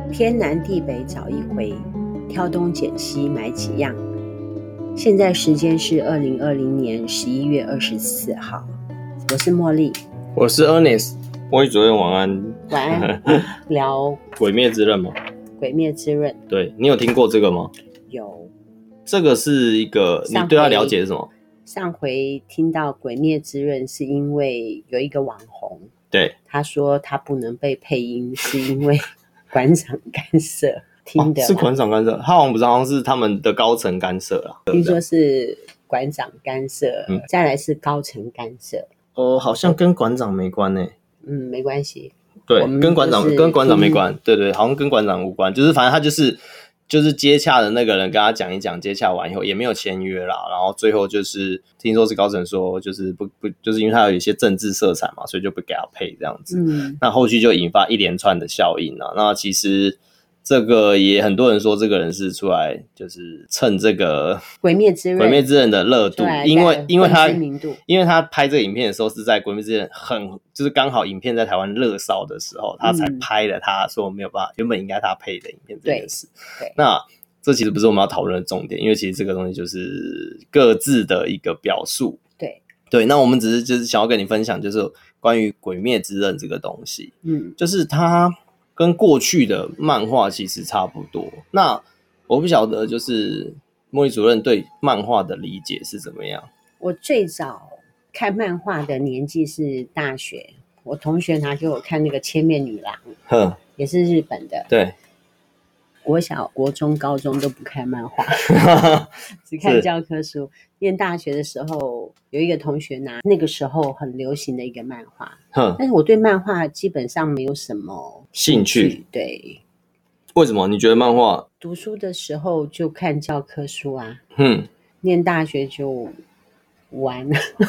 天南地北找一回，挑东拣西买几样。现在时间是2020年11月24号，我是茉莉， 我是 Ernest。茉莉主任晚安。 晚安。聊鬼灭之刃吗？ 鬼灭之刃。 对，你有听过这个吗？ 有。 这个是一个，你对他了解是什么？ 上回听到鬼灭之刃是因为有一个网红， 对， 他说他不能被配音是因为馆长干涉。听的、 是馆长干涉，他好像是他们的高层干涉啦。 听说是馆长干涉，再来是高层干涉。 好像跟馆长没关欸。 没关系。 对，跟馆长没关。对，好像跟馆长无关，就是反正他就是接洽的那个人跟他讲一讲，接洽完以后也没有签约啦，然后最后就是听说是高层说就是不就是因为他有一些政治色彩嘛，所以就不给他配这样子。那后续就引发一连串的效应啊。那其实这个也很多人说这个人是出来就是趁这个鬼灭之刃的热度，因为他拍这个影片的时候是在鬼灭之刃就是刚好影片在台湾热烧的时候，他才拍了他说没有办法原本应该他配的影片这件事。那这其实不是我们要讨论的重点，因为其实这个东西就是各自的一个表述。对，那我们只是就是想要跟你分享就是关于鬼灭之刃这个东西。就是它跟过去的漫画其实差不多。那我不晓得就是茉莉主任对漫画的理解是怎么样？ 我最早看漫画的年纪是大学，我同学拿给我看那个千面女郎，也是日本的。 对， 国小、国中、高中都不看漫画，只看教科书。念大学的时候，有一个同学拿那个时候很流行的一个漫画，但是我对漫画基本上没有什么兴趣。对， 为什么？你觉得漫画？ 读书的时候就看教科书啊，念大学就玩。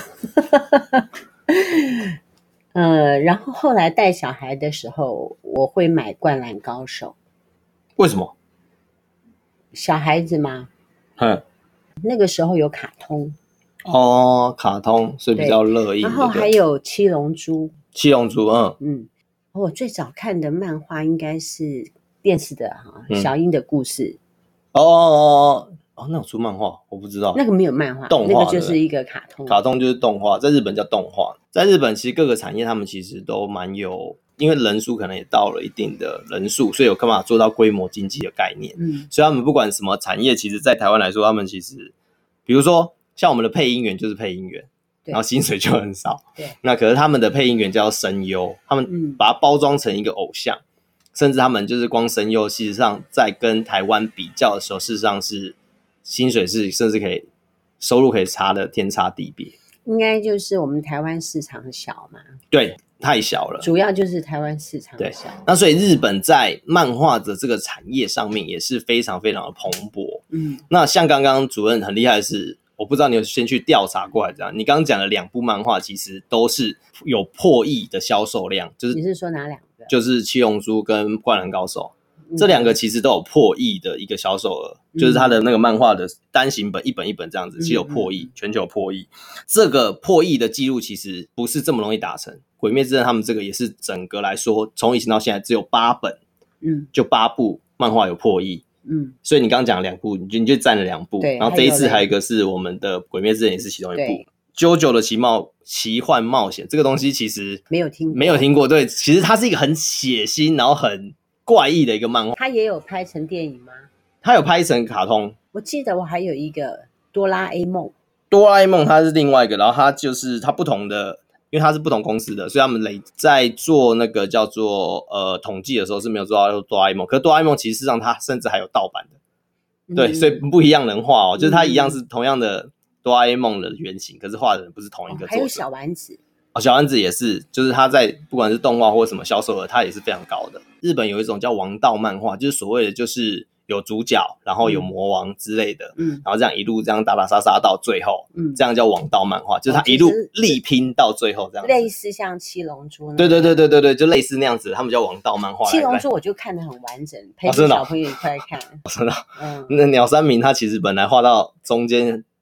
然后后来带小孩的时候，我会买《灌篮高手》。 为什么？ 小孩子嘛，那个时候有卡通卡通，所以比较乐意。 然后还有七龙珠，我最早看的漫画应该是电视的小樱的故事。 那有出漫画我不知道。 那个没有漫画，动画那个就是一个卡通。 卡通就是动画，在日本叫动画。在日本其实各个产业他们其实都蛮有，因为人数可能也到了一定的人数，所以有办法做到规模经济的概念。所以他们不管什么产业，其实在台湾来说，他们其实比如说像我们的配音员就是配音员，然后薪水就很少。那可是他们的配音员叫声优，他们把它包装成一个偶像，甚至他们就是光声优，事实上在跟台湾比较的时候，事实上是薪水是甚至可以收入可以差的天差地别。 应该就是我们台湾市场小嘛。 对，太小了， 主要就是台湾市场小。 那所以日本在漫画的这个产业上面也是非常非常的蓬勃。那像刚刚主任很厉害的是，我不知道你有先去调查过还是怎样，你刚刚讲的2部漫画其实都是有破亿的销售量。就是你是说哪2个？ 就是七龙珠跟灌篮高手。这2个其实都有破亿的一个销售额，就是它的那个漫画的单行本一本一本这样子，其实有破亿，全球破亿。这个破亿的记录其实不是这么容易达成。鬼灭之刃他们这个也是整个来说，从以前到现在只有8本，就8部漫画有破亿。所以你刚刚讲2部，你就占了2部，然后这一次还有一个是我们的鬼灭之刃也是其中一部。JoJo 的奇幻冒险这个东西其实没有听过。对，其实它是一个很血腥，然后很怪异的一个漫画。 他也有拍成电影吗？ 他有拍成卡通。 我记得我还有一个哆啦 A 梦。 哆啦 A 梦它是另外一个，然后它就是它不同的，因为它是不同公司的，所以他们在做那个叫做统计的时候是没有做到哆啦 A 梦。可是哆啦 A 梦其实上它甚至还有盗版的。对，所以不一样人画就是它一样是同样的哆啦 A 梦的原型，可是画的人不是同一个作者。 还有小丸子。 小丸子也是，就是他在不管是动画或什么销售额，他也是非常高的。日本有一种叫王道漫画，就是所谓的就是有主角，然后有魔王之类的，然后这样一路这样打打杀杀到最后，这样叫王道漫画，就是他一路力拼到最后这样子。 类似像七龙珠。 对，就类似那样子，他们叫王道漫画。 七龙珠我就看得很完整，陪着小朋友一块看。 真的。那鸟山明他其实本来画到中间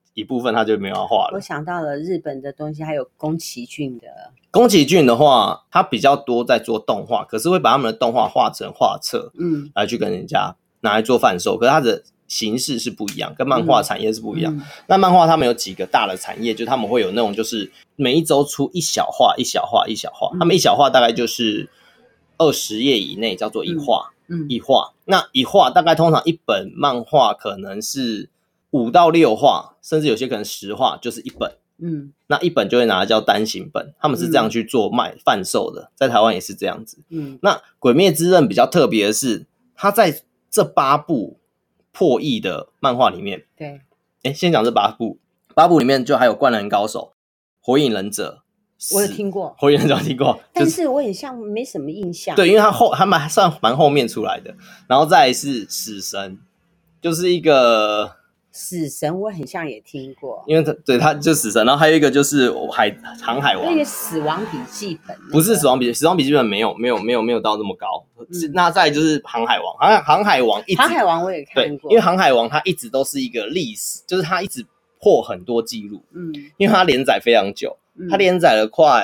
一部分他就没有要画了。 我想到了日本的东西，还有宫崎骏的。 宫崎骏的话，他比较多在做动画，可是会把他们的动画画成画册，来去跟人家拿来做贩售。可是它的形式是不一样，跟漫画产业是不一样。那漫画他们有几个大的产业，就是他们会有那种就是每一周出一小画一小画一小画，他们一小画大概就是20页以内叫做一画，一画。那一画大概通常一本漫画可能是5到6画，甚至有些可能10画就是一本。那一本就会拿来叫单行本，他们是这样去做贩售的，在台湾也是这样子。那《鬼灭之刃》比较特别的是，它在这8部破亿的漫画里面， 对， 先讲这8部里面就还有《灌篮高手》、《火影忍者》， 我有听过， 火影忍者有听过， 但是我很像没什么印象。 对，因为它算蛮后面出来的，然后再来是死神，就是一个。 死神我很像也听过， 因为他就死神，然后还有一个就是航海王， 那个死亡笔记本， 不是死亡笔记本没有到那么高。那再来就是航海王，航海王我也看过， 因为航海王它一直都是一个历史，就是它一直破很多记录，因为它连载非常久，它连载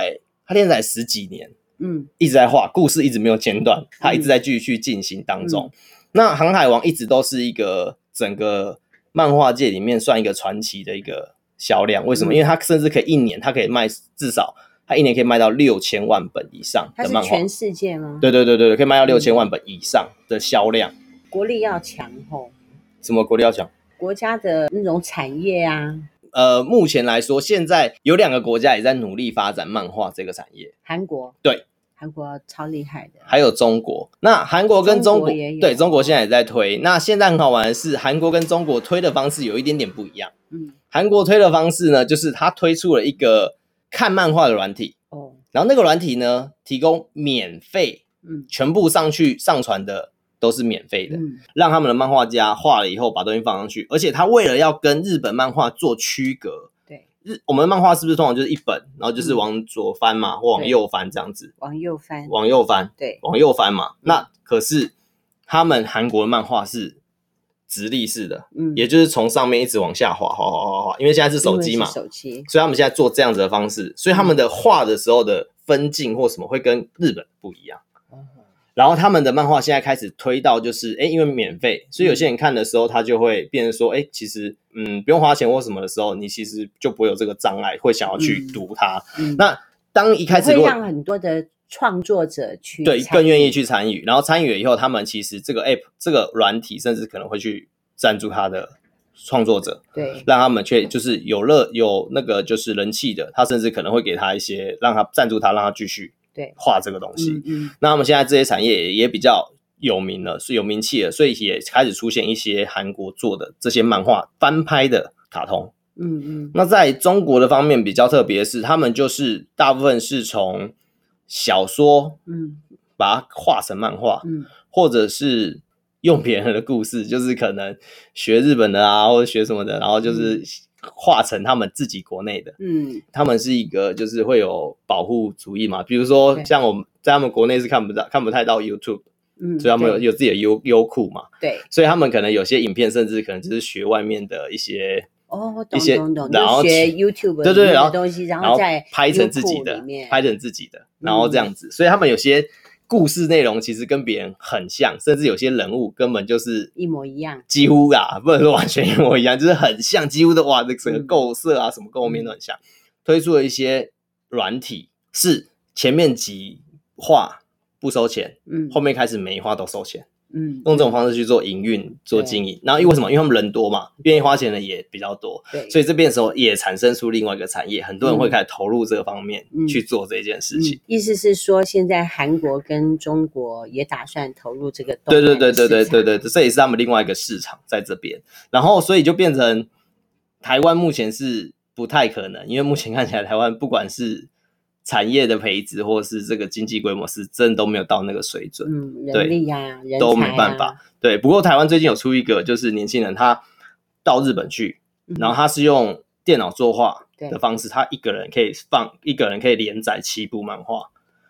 10几年，一直在画故事，一直没有间断，它一直在继续进行当中。那航海王一直都是一个整个漫画界里面算一个传奇的一个销量，为什么？因为它甚至可以一年，它可以卖至少它一年可以卖到6000万本以上的漫画。 它是全世界吗？ 对，可以卖到6000万本以上的销量。 国力要强吼。 什么国力要强？ 国家的那种产业啊。 目前来说，现在有2个国家也在努力发展漫画这个产业。 韩国。 对。 韩国超厉害的， 还有中国。那韩国跟中国对，中国现在也在推。那现在很好玩的是，韩国跟中国推的方式有一点点不一样。韩国推的方式呢，就是他推出了一个看漫画的软体，然后那个软体呢提供免费，全部上传的都是免费的，让他们的漫画家画了以后把东西放上去，而且他为了要跟日本漫画做区隔。我们的漫画是不是通常就是一本，然后就是往左翻嘛，或往右翻这样子？往右翻， 对， 往右翻嘛。那可是他们韩国的漫画是直立式的，也就是从上面一直往下滑，因为现在是手机嘛，所以他们现在做这样子的方式，所以他们的画的时候的分镜或什么会跟日本不一样。然后他们的漫画现在开始推到就是因为免费，所以有些人看的时候他就会变成说其实不用花钱或什么的时候，你其实就不会有这个障碍，会想要去读它。那当一开始会让很多的创作者去对更愿意去参与，然后参与了以后，他们其实这个 app 这个软体甚至可能会去赞助他的创作者， 对， 让他们就是有那个就是人气的，他甚至可能会给他一些让他赞助他，让他继续对画这个东西。那他们现在这些产业也比较有名了，是有名气了，所以也开始出现一些韩国做的这些漫画翻拍的卡通。那在中国的方面比较特别的是，他们就是大部分是从小说把它画成漫画，或者是用别人的故事，就是可能学日本的啊，或者学什么的，然后就是画成他们自己国内的。他们是一个就是会有保护主义嘛，比如说像我们在他们国内是看不太到 YouTube，所以他们有自己的优酷嘛，对，所以他们可能有些影片甚至可能就是学外面的一些懂，然后学 YouTube 对然后东西，然后再拍成自己的，然后这样子，所以他们有些故事内容其实跟别人很像，甚至有些人物根本就是一模一样， 几乎不能说完全一模一样，就是很像，几乎的哇，整个构色啊什么构面都很像。推出了一些软体，是前面几画不收钱，后面开始每一画都收钱。用这种方式去做营运做经营，然后因为什么？因为他们人多嘛，愿意花钱的也比较多，所以这边的时候也产生出另外一个产业，很多人会开始投入这个方面去做这件事情。 意思是说，现在韩国跟中国也打算投入这个动漫的市场。对，这也是他们另外一个市场在这边。然后所以就变成台湾目前是不太可能，因为目前看起来台湾不管是产业的培植或是这个经济规模是真的都没有到那个水准， 人力啊，人才啊都没办法。对，不过台湾最近有出一个，就是年轻人他到日本去，然后他是用电脑作画的方式，他一个人可以连载7部漫画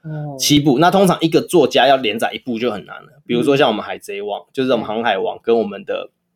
，7部。那通常一个作家要连载1部就很难了，比如说像我们海贼王，就是我们航海王跟我们的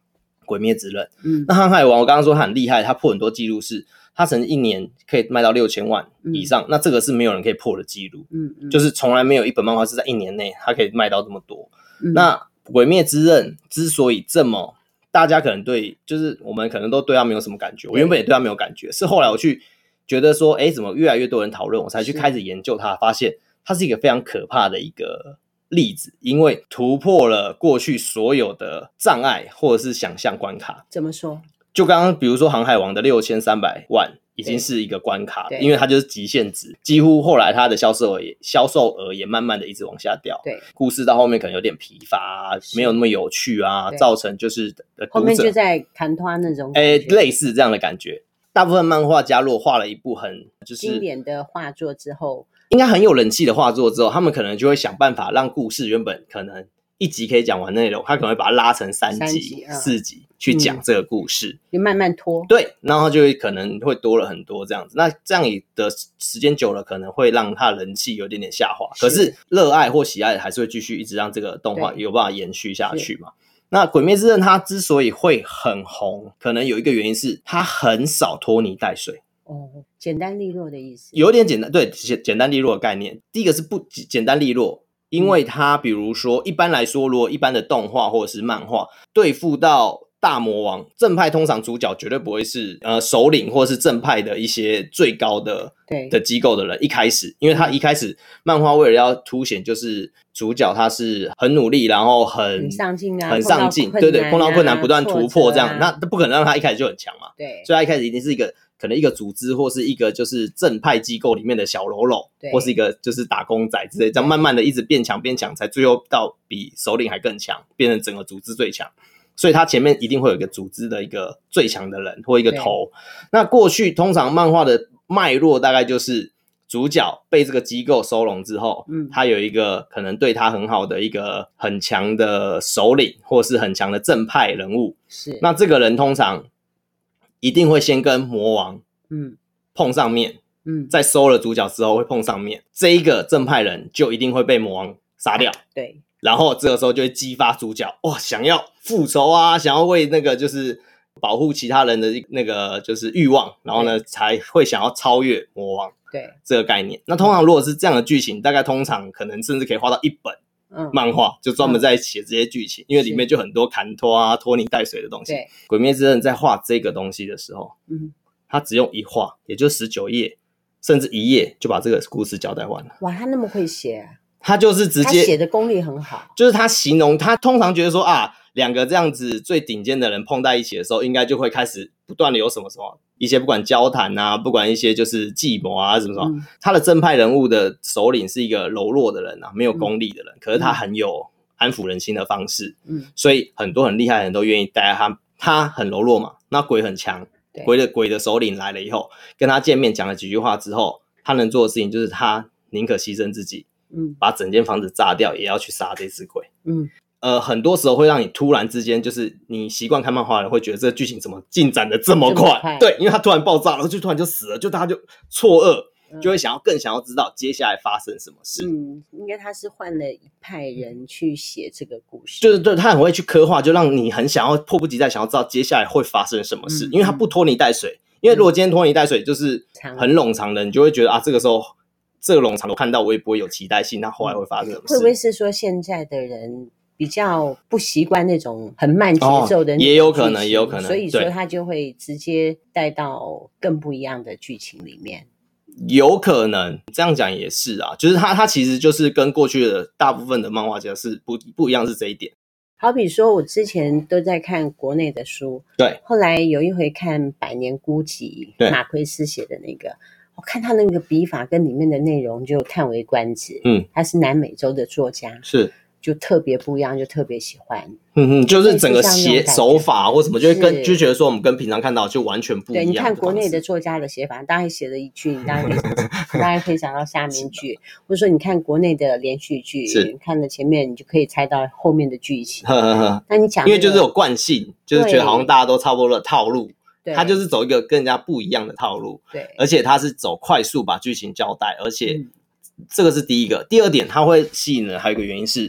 鬼灭之刃。那航海王我刚刚说他很厉害，他破很多记录，是他曾经一年可以卖到6000万以上，那这个是没有人可以破的记录，就是从来没有一本漫画是在1年内他可以卖到这么多。那鬼灭之刃之所以这么大家可能对，就是我们可能都对他没有什么感觉，我原本也对他没有感觉，是后来我去觉得说怎么越来越多人讨论，我才去开始研究它，发现它是一个非常可怕的一个例子，因为突破了过去所有的障碍或者是想象关卡。 怎么说？ 就刚刚比如说航海王的6300万已经是一个关卡了，因为它就是极限值，几乎后来它的销售额也慢慢的一直往下掉。 对， 故事到后面可能有点疲乏没有那么有趣啊，造成就是后面就在砍拖那种感觉类似这样的感觉。大部分漫画家如果画了一部很就是经典的画作之后， 应该很有人气的画作之后，他们可能就会想办法让故事原本可能1集可以讲完内容，他可能会把它拉成3集、4集去讲这个故事， 就慢慢拖。 对，然后就会可能会多了很多这样子。那这样的时间久了，可能会让他人气有点下滑。可是热爱或喜爱还是会继续一直让这个动画有办法延续下去嘛。那《鬼灭之刃》它之所以会很红，可能有一个原因是它很少拖泥带水。 简单利落的意思。 有点简单，对，简单利落的概念。第一个是不简单利落，因为它比如说一般来说，如果一般的动画或者是漫画对付到大魔王，正派通常主角绝对不会是首领或是正派的一些最高的机构的人。一开始，因为他一开始漫画为了要凸显就是主角他是很努力，然后很上进啊， 很上进，对对，碰到困难不断突破这样，那不可能让他一开始就很强嘛。 对， 所以他一开始一定是可能一个组织或是一个就是正派机构里面的小喽啰，或是一个就是打工仔之类，这样慢慢的一直变强，才最后到比首领还更强，变成整个组织最强。所以他前面一定会有一个组织的一个最强的人或一个头。那过去通常漫画的脉络大概就是主角被这个机构收容之后，他有一个可能对他很好的一个很强的首领或是很强的正派人物。是，那这个人通常一定会先跟魔王碰上面，在收了主角之后会碰上面，这一个正派人就一定会被魔王杀掉。 对， 然后这个时候就会激发主角想要复仇啊，想要为那个就是保护其他人的那个就是欲望，然后呢才会想要超越魔王。对，这个概念。那通常如果是这样的剧情，大概通常可能甚至可以画到1本漫画，就专门在写这些剧情，因为里面就很多砍拖啊、拖泥带水的东西。鬼灭之刃在画这个东西的时候，他只用一画，也就19页，甚至1页就把这个故事交代完了。 哇，他那么会写啊！ 他就是直接，他写的功力很好， 就是他形容，他通常觉得说两个这样子最顶尖的人碰在一起的时候，应该就会开始不断的有什么一些不管交谈啊，不管一些就是计谋啊什么，他的正派人物的首领是一个柔弱的人啊，没有功力的人，可是他很有安抚人心的方式，所以很多很厉害的人都愿意待在他很柔弱嘛，那鬼很强，鬼的首领来了以后，跟他见面讲了几句话之后，他能做的事情就是他宁可牺牲自己，把整间房子炸掉也要去杀这只鬼。很多时候会让你突然之间，就是你习惯看漫画的人会觉得这个剧情怎么进展的这么快？对，因为他突然爆炸了，就突然就死了，就大家就错愕，就会更想要知道接下来发生什么事。 应该他是换了一派人去写这个故事， 就是对他很会去刻画，就让你很想要迫不及待想要知道接下来会发生什么事，因为他不拖泥带水。因为如果今天拖泥带水就是很冗长的，你就会觉得这个时候这个冗长我看到我也不会有期待性，那后来会发生什么事？ 会不会是说现在的人比较不习惯那种很慢节奏的那种也有可能，也有可能， 所以说他就会直接带到更不一样的剧情里面。 有可能这样讲也是啊，就是他其实就是跟过去的大部分的漫画家是不一样，是这一点。 好比说我之前都在看国内的书， 对， 后来有一回看《百年孤寂》，马奎斯写的那个，我看他那个笔法跟里面的内容就叹为观止。他是南美洲的作家，是就特别不一样，就特别喜欢。 就是整个写手法或什么，就觉得说我们跟平常看到就完全不一样。 对，你看国内的作家的写法，大概写了一句，你大概可以想到下面句，或者说你看国内的连续剧，你看了前面，你就可以猜到后面的剧情。那你讲， 因为就是有惯性，就是觉得好像大家都差不多的套路。他就是走一个跟人家不一样的套路，对，而且他是走快速把剧情交代，而且这个是第一个。第二点，他会吸引人，还有一个原因是，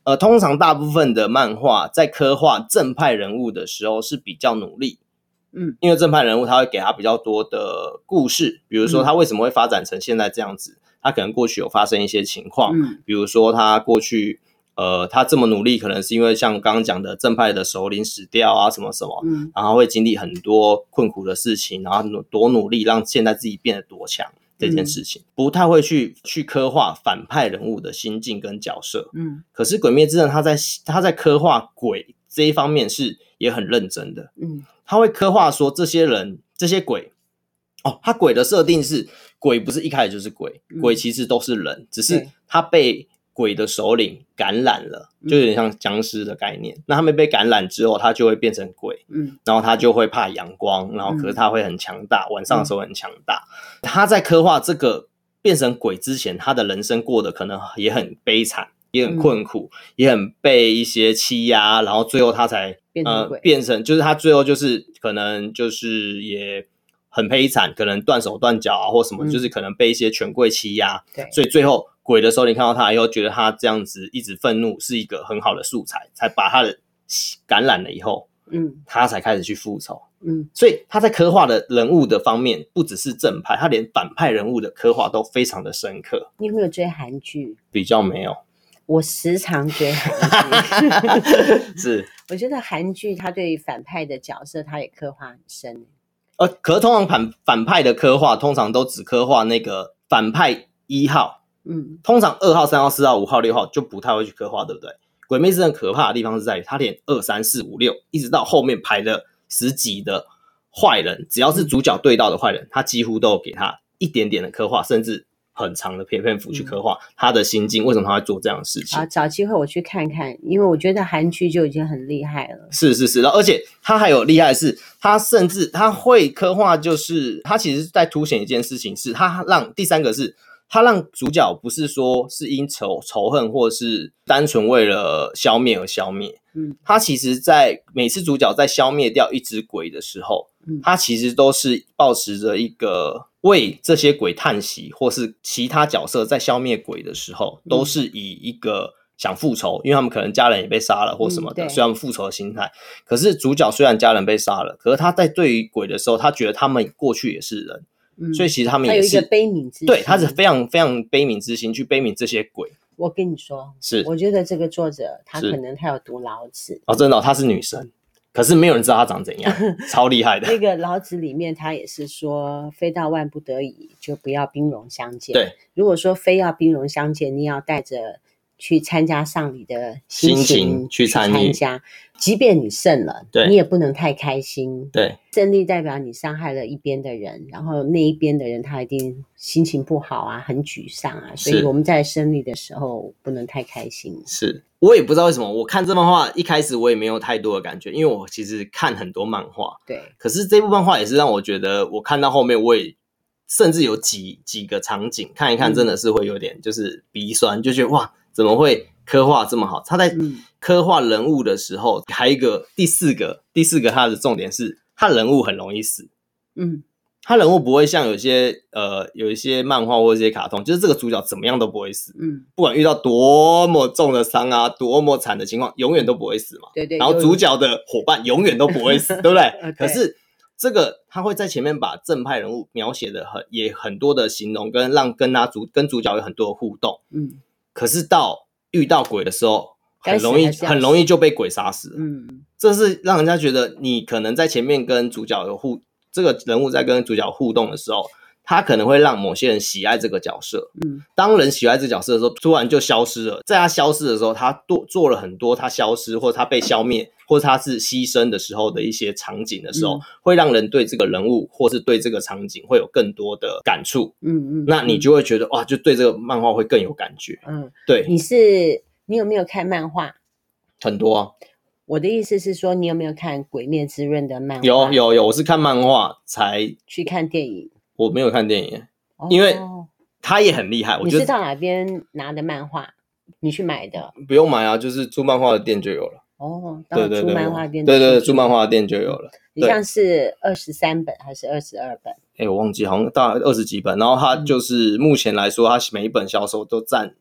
通常大部分的漫画在刻画正派人物的时候是比较努力，因为正派人物他会给他比较多的故事，比如说他为什么会发展成现在这样子，他可能过去有发生一些情况，比如说他过去他这么努力，可能是因为像刚刚讲的正派的首领死掉啊什么什么，然后会经历很多困苦的事情，然后多努力让现在自己变得多强这件事情，不太会去刻画反派人物的心境跟角色。可是鬼灭之刃他在刻画鬼这一方面是也很认真的。他会刻画说这些人这些鬼他鬼的设定是鬼不是一开始就是鬼，鬼其实都是人，只是他被鬼的首领感染了，就有点像僵尸的概念。那他们被感染之后，他就会变成鬼，然后他就会怕阳光，然后可是他会很强大，晚上的时候很强大。他在刻画这个变成鬼之前，他的人生过得可能也很悲惨，也很困苦，也很被一些欺压，然后最后他才变成就是他最后就是可能就是也很悲惨，可能断手断脚啊或什么，就是可能被一些权贵欺压，所以最后鬼的时候你看到他以后觉得他这样子一直愤怒是一个很好的素材，才把他的感染了以后他才开始去复仇。所以他在刻画的人物的方面不只是正派，他连反派人物的刻画都非常的深刻。 你有没有追韩剧？ 比较没有， 我时常追韩剧是我觉得韩剧他对反派的角色他也刻画很深。 可是通常反派的刻画通常都只刻画那个反派1号，通常2号、3号、4号、5号、6号就不太会去刻画，对不对？鬼灭之刃可怕的地方是在于他连2、3、4、5、6一直到后面排的10集的坏人，只要是主角对到的坏人，他几乎都有给他一点点的刻画，甚至很长的篇幅去刻画他的心境，为什么他会做这样的事情。 找机会我去看看，因为我觉得韩剧就已经很厉害了。 是，而且他还有厉害的是，他甚至他会刻画，就是他其实在凸显一件事情，是他让第三个是他让主角不是说是因仇恨或是单纯为了消灭而消灭，他其实在每次主角在消灭掉一只鬼的时候，他其实都是抱持着一个为这些鬼叹息，或是其他角色在消灭鬼的时候，都是以一个想复仇，因为他们可能家人也被杀了或什么的，所以他们复仇的心态。可是主角虽然家人被杀了，可是他在对于鬼的时候，他觉得他们过去也是人，所以其实他们也是他有一个悲悯之心， 对，他是非常非常悲悯之心去悲悯这些鬼。 我跟你说， 是我觉得这个作者他可能他有读老子真的他是女生，可是没有人知道他长怎样，超厉害的。 那个老子里面他也是说，非到万不得已就不要兵戎相见。 对， 如果说非要兵戎相见，你要带着去参加丧礼的心情去参加， 即便你胜了，你也不能太开心。 对， 胜利代表你伤害了一边的人，然后那一边的人他一定心情不好啊，很沮丧啊，所以我们在胜利的时候不能太开心。 是，我也不知道为什么，我看这漫画一开始我也没有太多的感觉，因为我其实看很多漫画， 对， 可是这部漫画也是让我觉得，我看到后面我也甚至有几个场景看一看，真的是会有点就是鼻酸，就觉得哇，怎么会刻画这么好？他在刻画人物的时候，还有一个第四个他的重点是，他人物很容易死。他人物不会像有一些漫画或者一些卡通，就是这个主角怎么样都不会死，不管遇到多么重的伤啊，多么惨的情况，永远都不会死嘛。 对， 然后主角的伙伴永远都不会死，对不对？可是这个他会在前面把正派人物描写的也很多的形容，跟让跟主角有很多的互动。可是到遇到鬼的时候，很容易就被鬼杀死了。这是让人家觉得你可能在前面跟主角这个人物在跟主角互动的时候，他可能会让某些人喜爱这个角色。当人喜爱这个角色的时候，突然就消失了。在他消失的时候，他做了很多他消失或者他被消灭或者他是牺牲的时候的一些场景的时候，会让人对这个人物或是对这个场景会有更多的感触。那你就会觉得哇，就对这个漫画会更有感觉。对。 你有没有看漫画？ 很多啊。 我的意思是说，你有没有看《鬼灭之刃》的漫画？ 有，我是看漫画才去看电影。 我没有看电影，因为他也很厉害。 你是到哪边拿的漫画？你去买的？ 不用买啊，就是租漫画的店就有了。 到租漫画店， 对，租漫画的店就有了。 你像是23本还是22本？ 我忘记，好像大概20几本。然后它就是目前来说，它每一本销售都占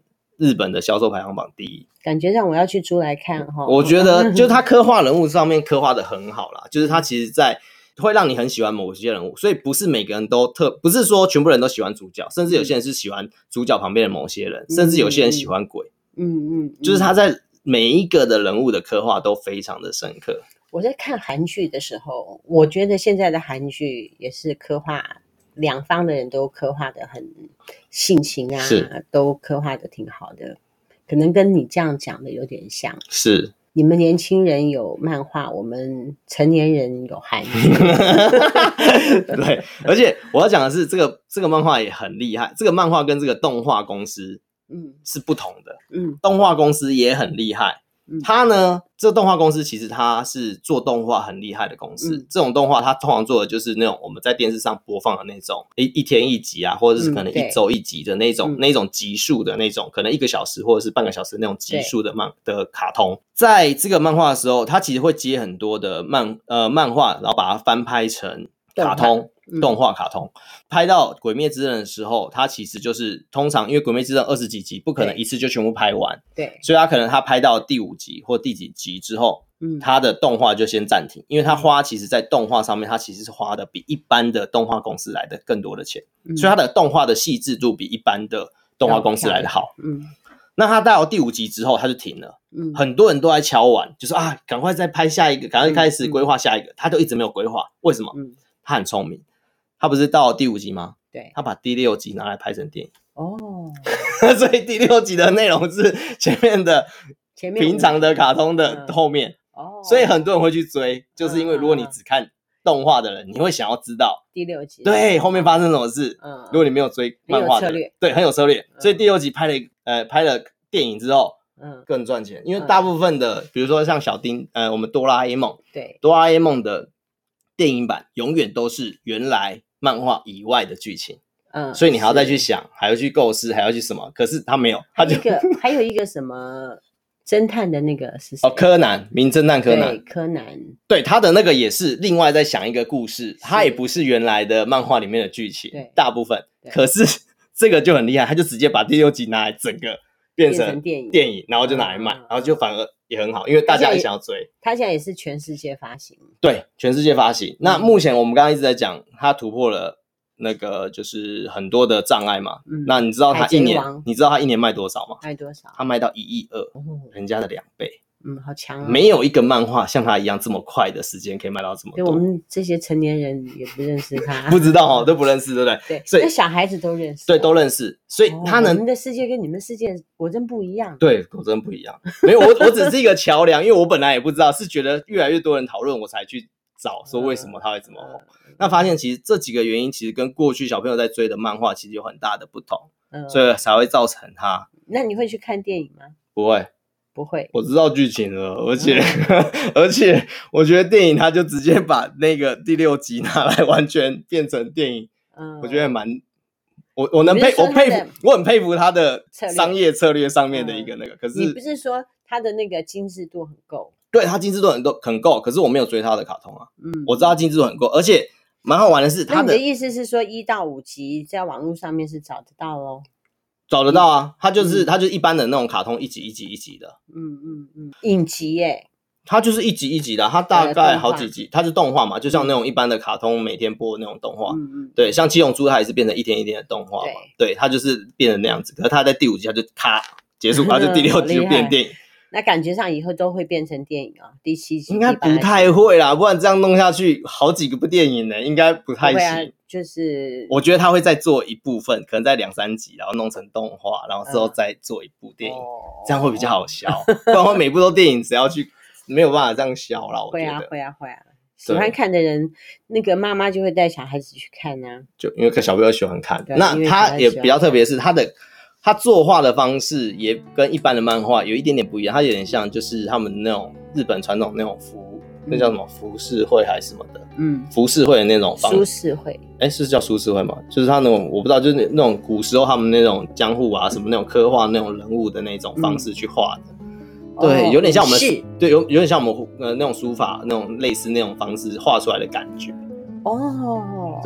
日本的销售排行榜第一。 感觉让我要去租来看哈。 我觉得就是他刻画人物上面刻画的很好啦，就是他其实在会让你很喜欢某些人物，所以不是每个人都不是说全部人都喜欢主角，甚至有些人是喜欢主角旁边的某些人，甚至有些人喜欢鬼。就是他在每一个的人物的刻画都非常的深刻。 我在看韩剧的时候，我觉得现在的韩剧也是刻画两方的人都刻画的很性情啊，都刻画的挺好的，可能跟你这样讲的有点像。 是， 你们年轻人有漫画，我们成年人有韩剧。 对，而且我要讲的是，这个漫画也很厉害，这个漫画跟这个动画公司是不同的。动画公司也很厉害。它呢，这个动画公司其实它是做动画很厉害的公司。这种动画它通常做的就是那种我们在电视上播放的那种一天一集啊，或者是可能一周一集的那种集数的那种，可能1个小时或者是半个小时那种集数的卡通。在这个漫画的时候，它其实会接很多的漫画，然后把它翻拍成卡通。动画卡通拍到鬼灭之刃的时候，它其实就是通常因为鬼灭之刃20几集不可能一次就全部拍完，对，所以它可能它拍到第5集或第几集之后，它的动画就先暂停，因为它其实在动画上面它其实是花的比一般的动画公司来的更多的钱，所以它的动画的细致度比一般的动画公司来的好。那它到第5集之后它就停了，很多人都在敲碗，就说啊赶快再拍下一个，赶快开始规划下一个，他就一直没有规划。为什么？他很聪明，他不是到第5集吗？对，他把第6集拿来拍成电影。所以第6集的内容是前面平常的卡通的后面。所以很多人会去追，就是因为如果你只看动画的人，你会想要知道第6集对后面发生什么事。如果你没有追漫画的人，对，很有策略。所以第6集拍了电影之后更赚钱，因为大部分的比如说像小丁我们哆啦 A 梦，对，哆啦 A 梦的电影版永远都是原来漫画以外的剧情，所以你还要再去想，还要去构思，还要去什么，可是他没有，他就还有一个什么侦探的那个是谁？ 柯南，名侦探柯南。 对，柯南， 对，他的那个也是另外再想一个故事，他也不是原来的漫画里面的剧情，大部分，可是这个就很厉害，他就直接把第6集拿来整个变成电影，然后就拿来卖，然后就反而也很好，因为大家也想要追。 他现在也是全世界发行。 对，全世界发行。那目前我们刚刚一直在讲，他突破了那个就是很多的障碍嘛。那你知道他一年卖多少吗？ 卖多少？ 他卖到1.2亿，人家的2倍。 好强啊！ 没有一个漫画像他一样这么快的时间可以卖到这么多。 对，我们这些成年人也不认识他， 不知道都不认识，对不对？ 对，所以小孩子都认识。 对，都认识。所以他能， 我们的世界跟你们世界果真不一样。 对，果真不一样。没有，我只是一个桥梁，因为我本来也不知道，是觉得越来越多人讨论，我才去找说为什么他会这么红。那发现其实这几个原因，其实跟过去小朋友在追的漫画其实有很大的不同，所以才会造成他。 那你会去看电影吗？ 不会。 不会， 我知道剧情了，而且我觉得电影他就直接把那个第6集拿来完全变成电影，我觉得我很佩服他的商业策略上面的一个那个。可是你不是说他的那个精致度很够？ 对，他精致度很够，可是我没有追他的卡通啊。我知道他精致度很够，而且蛮好玩的是他的。 你的意思是说1到5集在网络上面是找得到咯？ 找得到啊，他就是一般的那种卡通一集一集的。 影集耶， 它就是一集一集的，它大概好几集，它是动画嘛，就像那种一般的卡通每天播的那种动画。对，像七龙珠它也是变成一天一天的动画嘛。对，它就是变成那样子。可是它在第5集它就咔结束，然后就第6集就变电影。 那感觉上以后都会变成电影啊，第7集应该不太会啦，不然这样弄下去好几个部电影呢，应该不太行。 就是我觉得他会再做一部分，可能在2-3集，然后弄成动画，然后之后再做一部电影，这样会比较好笑。不然会每部都电影，只要去没有办法这样笑啦。我觉得会啊。喜欢看的人，那个妈妈就会带小孩子去看啊。 就因为小朋友喜欢看，那他也比较特别是他作画的方式也跟一般的漫画有一点点不一样，他有点像就是他们那种日本传统那种那叫什么浮世绘还是什么的，浮世绘的那种方式。 苏世绘， 是叫苏世绘吗？就是他那种我不知道，就是那种古时候他们那种江户啊什么那种刻画那种人物的那种方式去画的。对，有点像我们对有点像我们那种书法那种类似那种方式画出来的感觉。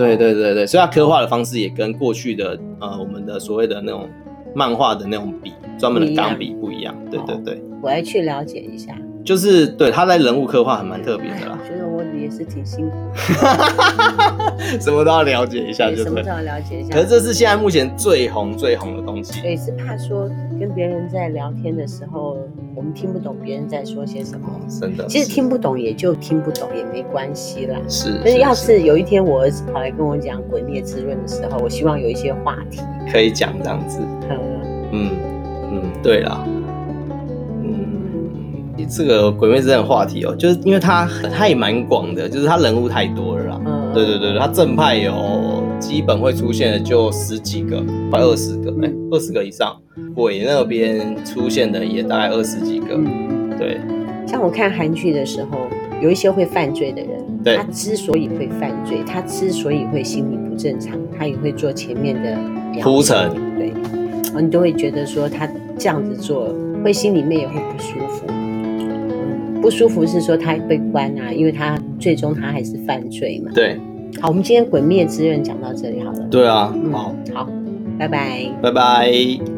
对，所以他刻画的方式也跟过去的我们的所谓的那种漫画的那种比专门的钢笔不一样。对对对， 我要去了解一下。 就是对他在人物刻画还蛮特别的啦。 觉得我也是挺辛苦的，什么都要了解一下就对， 什么都要了解一下。 可是这是现在目前最红的东西。 对，是怕说跟别人在聊天的时候，我们听不懂别人在说些什么。 真的， 其实听不懂也就听不懂，也没关系啦。 是， 但是要是有一天我儿子跑来跟我讲《鬼灭之刃》的时候，我希望有一些话题可以讲这样子。对啦。这个《鬼灭之刃》话题就是因为它也蛮广的，就是它人物太多了啦。对对对，它正派有基本会出现的就10几个，快20个，20个以上。鬼那边出现的也大概20几个。对， 像我看韩剧的时候，有一些会犯罪的人，他之所以会犯罪，他之所以会心理不正常，他也会做前面的铺陈。 对，你都会觉得说他这样子做，会心里面也会不舒服。不舒服是说他被关啊，因为他最终他还是犯罪嘛。 对， 好，我们今天《鬼灭之刃》讲到这里好了。 对啊， 好，拜拜， 拜拜。